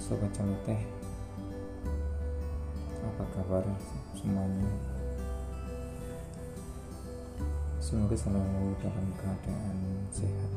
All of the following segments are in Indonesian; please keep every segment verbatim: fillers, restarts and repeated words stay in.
Sobat Celoteh, apa kabar semuanya? Semoga selalu dalam keadaan sehat.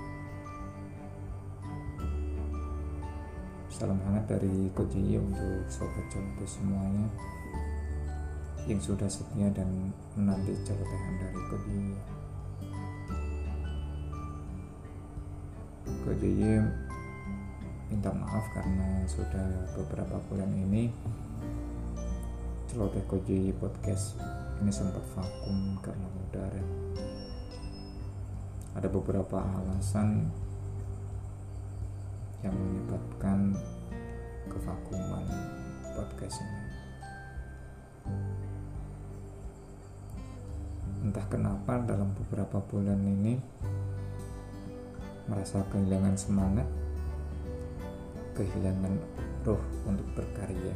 Salam hangat dari Coach J Y untuk Sobat Celoteh semuanya yang sudah setia dan menanti celotehan dari Coach J Y. Coach J Y minta maaf karena sudah beberapa bulan ini celoteh Coach J Y podcast ini sempat vakum karena udara. Ada beberapa alasan yang menyebabkan kevakuman podcast ini. Entah kenapa dalam beberapa bulan ini merasa kehilangan semangat, kehilangan roh untuk berkarya.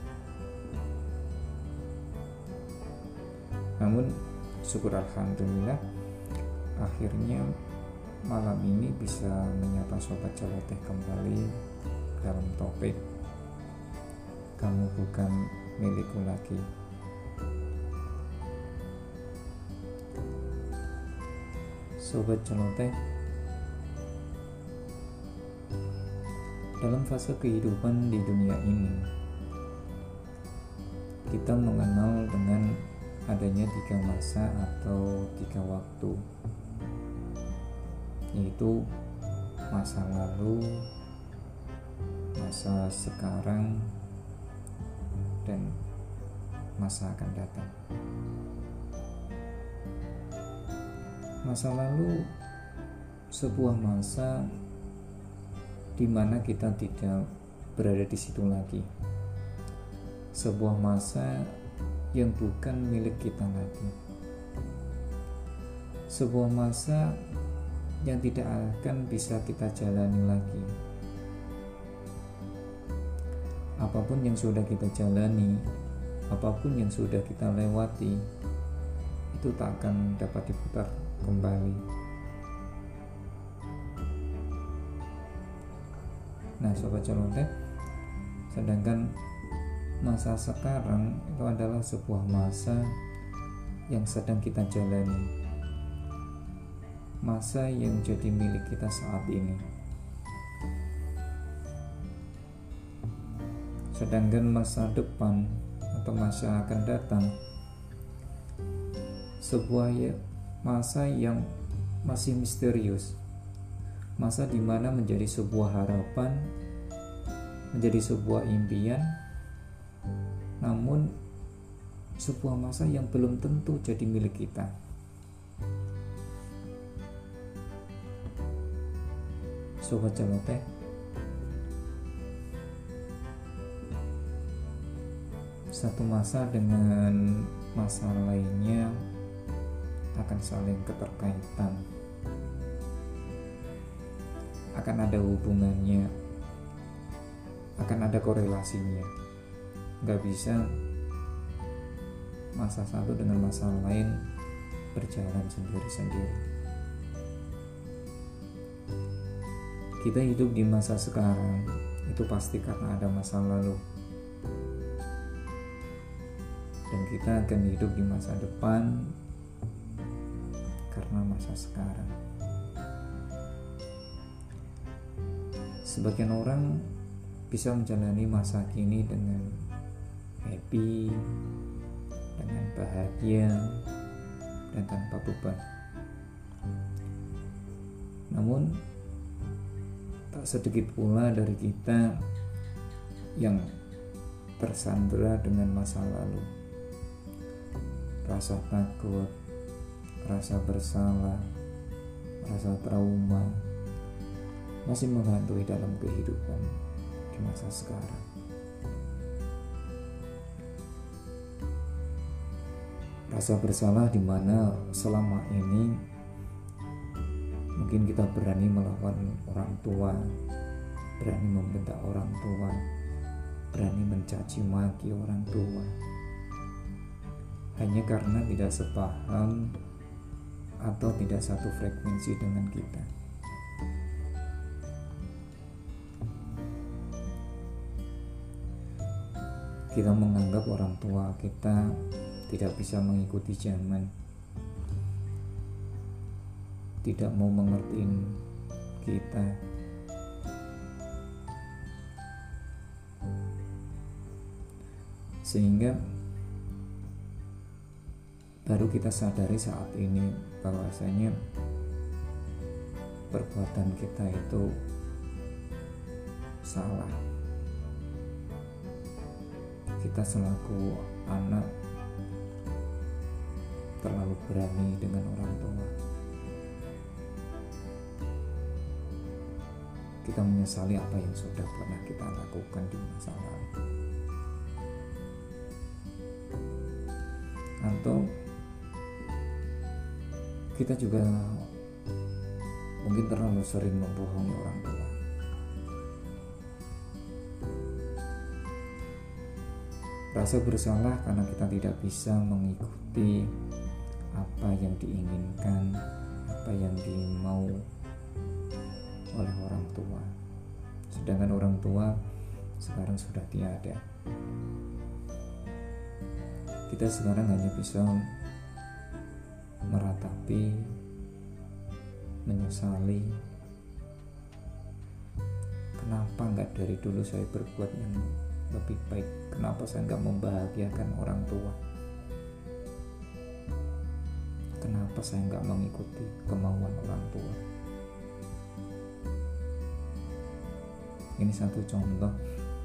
Namun syukur alhamdulillah akhirnya malam ini bisa menyapa Sobat Celoteh kembali dalam topik Kamu Bukan Milikku Lagi. Sobat Celoteh, dalam fase kehidupan di dunia ini, kita mengenal dengan adanya tiga masa atau tiga waktu, yaitu masa lalu, masa sekarang, dan masa akan datang. Masa lalu sebuah masa di mana kita tidak berada di situ lagi. Sebuah masa yang bukan milik kita lagi. Sebuah masa yang tidak akan bisa kita jalani lagi. Apapun yang sudah kita jalani, apapun yang sudah kita lewati, itu tak akan dapat diputar kembali. Nah, Sobat Celoteh, sedangkan masa sekarang itu adalah sebuah masa yang sedang kita jalani, masa yang jadi milik kita saat ini. Sedangkan masa depan atau masa akan datang, sebuah masa yang masih misterius, masa di mana menjadi sebuah harapan, menjadi sebuah impian, namun sebuah masa yang belum tentu jadi milik kita. Sobat Celoteh, satu masa dengan masa lainnya akan saling keterkaitan, akan ada hubungannya, akan ada korelasinya. Gak bisa masa satu dengan masa lain berjalan sendiri-sendiri. Kita hidup di masa sekarang itu pasti karena ada masa lalu, dan kita akan hidup di masa depan karena masa sekarang. Sebagian orang bisa menjalani masa kini dengan happy, dengan bahagia, dan tanpa beban. Namun tak sedikit pula dari kita yang tersandera dengan masa lalu. Rasa takut, rasa bersalah, rasa trauma masih menghantui dalam kehidupan di masa sekarang. Rasa bersalah di mana selama ini mungkin kita berani melawan orang tua, berani membentak orang tua, berani mencaci maki orang tua, hanya karena tidak sepaham atau tidak satu frekuensi dengan kita. kita menganggap orang tua kita tidak bisa mengikuti zaman, tidak mau mengertiin kita. Sehingga baru kita sadari saat ini bahwasanya perbuatan kita itu salah. Kita selaku anak terlalu berani dengan orang tua. Kita menyesali apa yang sudah pernah kita lakukan di masa lalu. Atau kita juga mungkin terlalu sering membohongi orang tua. Rasa bersalah karena kita tidak bisa mengikuti apa yang diinginkan, apa yang dimau oleh orang tua. Sedangkan orang tua sekarang sudah tiada. Kita sekarang hanya bisa meratapi, menyesali, kenapa nggak dari dulu saya berbuat yang lebih baik, kenapa saya nggak membahagiakan orang tua, kenapa saya nggak mengikuti kemauan orang tua. Ini satu contoh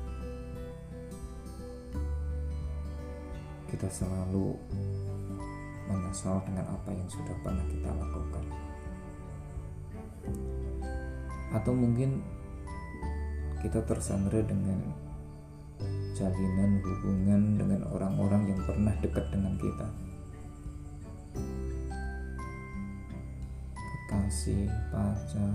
kita selalu menyesal dengan apa yang sudah pernah kita lakukan. Atau mungkin kita tersandra dengan jalinan hubungan dengan orang-orang yang pernah dekat dengan kita, kekasih, pacar,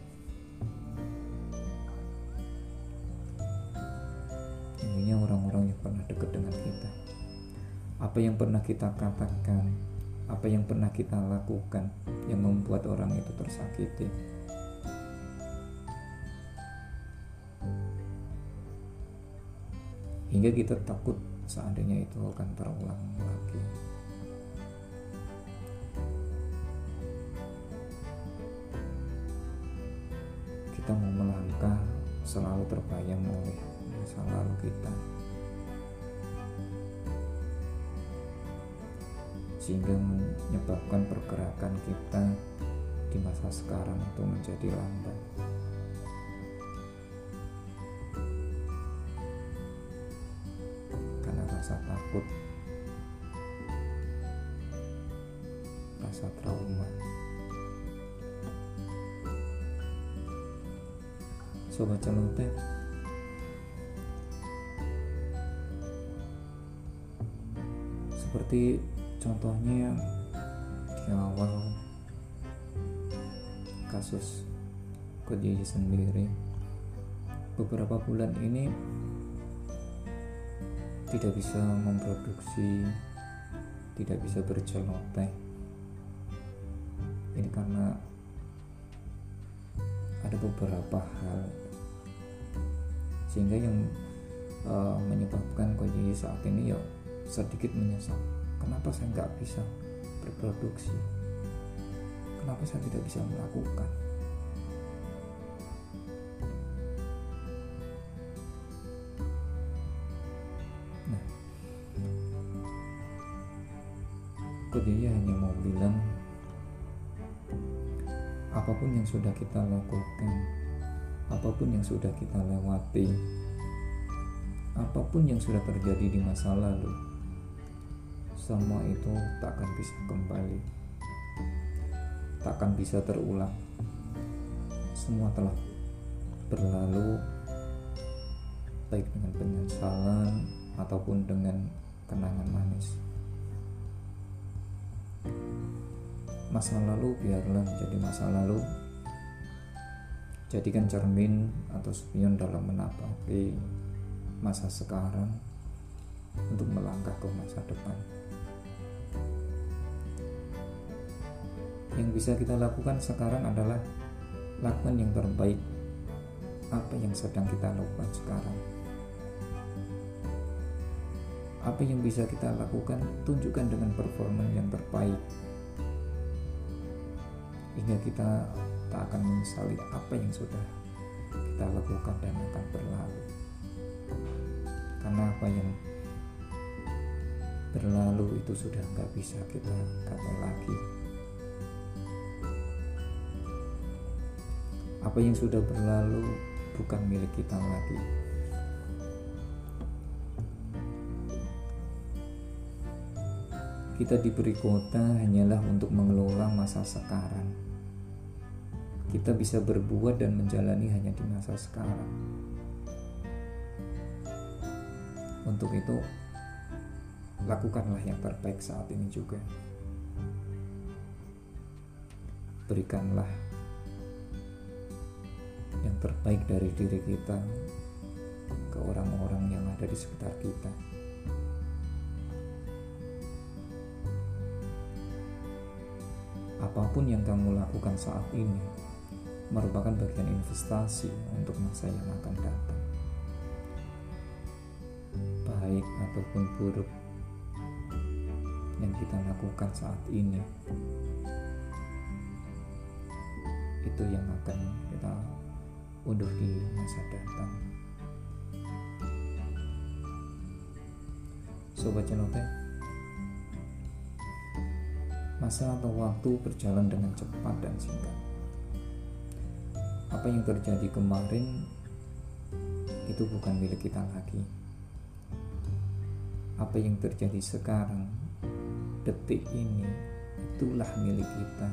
intinya orang-orang yang pernah dekat dengan kita. Apa yang pernah kita katakan, apa yang pernah kita lakukan yang membuat orang itu tersakiti. Hingga kita takut seandainya itu akan terulang lagi. Kita mau melangkah selalu terbayang oleh masa lalu kita, sehingga menyebabkan pergerakan kita di masa sekarang itu menjadi lambat. Karena rasa takut, rasa trauma. Sobat celoteh, seperti contohnya di awal kasus Ko Ji sendiri, beberapa bulan ini tidak bisa memproduksi, tidak bisa berceloteh. Ini karena ada beberapa hal sehingga yang uh, menyebabkan Ko Ji saat ini ya sedikit menyesal. Kenapa saya nggak bisa berproduksi? Kenapa saya tidak bisa melakukan? Nah, Ko Ji hanya mau bilang, apapun yang sudah kita lakukan, apapun yang sudah kita lewati, apapun yang sudah terjadi di masa lalu, semua itu takkan bisa kembali, takkan bisa terulang. Semua telah berlalu, baik dengan penyesalan ataupun dengan kenangan manis. Masa lalu biarlah menjadi masa lalu. Jadikan cermin atau spion dalam menapaki masa sekarang untuk melangkah ke masa depan. Yang bisa kita lakukan sekarang adalah lakukan yang terbaik apa yang sedang kita lakukan sekarang. apa yang bisa kita lakukan, tunjukkan dengan performa yang terbaik, hingga kita tak akan menyesali apa yang sudah kita lakukan dan akan berlalu. Karena apa yang berlalu itu sudah nggak bisa kita gapai lagi. Apa yang sudah berlalu bukan milik kita lagi. Kita diberi kuota hanyalah untuk mengelola masa sekarang. Kita bisa berbuat dan menjalani hanya di masa sekarang. Untuk itu, lakukanlah yang terbaik saat ini juga. Berikanlah yang terbaik dari diri kita ke orang-orang yang ada di sekitar kita. Apapun yang kamu lakukan saat ini merupakan bagian investasi untuk masa yang akan datang. Baik ataupun buruk yang kita lakukan saat ini, itu yang akan kita unduh di masa datang. Sobat Cenoteh, masa atau waktu berjalan dengan cepat dan singkat. Apa yang terjadi kemarin itu bukan milik kita lagi. Apa yang terjadi sekarang, detik ini, itulah milik kita.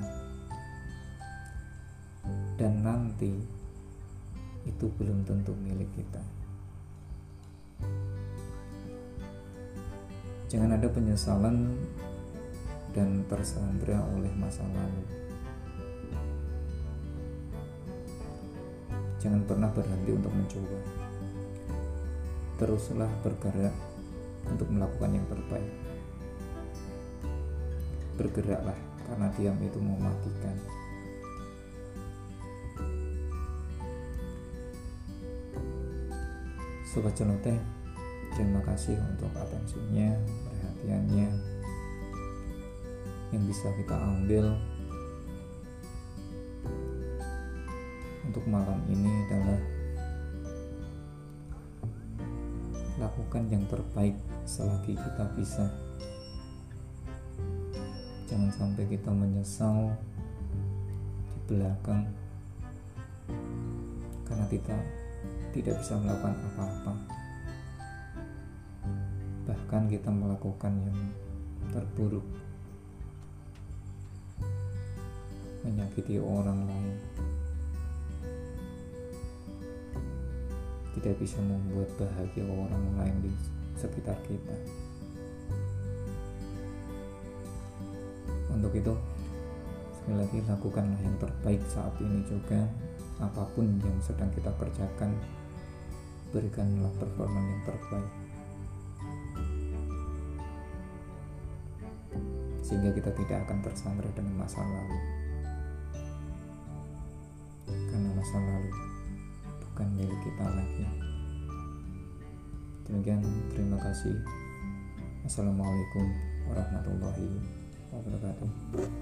Dan nanti itu belum tentu milik kita. Jangan ada penyesalan dan tersandra oleh masa lalu. Jangan pernah berhenti untuk mencoba. Teruslah bergerak untuk melakukan yang terbaik. Bergeraklah, karena diam itu mematikan. Sobat Cenoteh, terima kasih untuk atensinya, perhatiannya. Yang bisa kita ambil untuk malam ini adalah lakukan yang terbaik selagi kita bisa. Jangan sampai kita menyesal di belakang karena kita tidak bisa melakukan apa-apa. Bahkan kita melakukan yang terburuk, menyakiti orang lain, tidak bisa membuat bahagia orang lain di sekitar kita. Untuk itu, sekali lagi lakukanlah yang terbaik saat ini juga. Apapun yang sedang kita kerjakan, berikanlah performa yang terbaik, sehingga kita tidak akan tersandra dengan masa lalu. Karena masa lalu bukan milik kita lagi. Demikian, terima kasih. Assalamualaikum warahmatullahi wabarakatuh.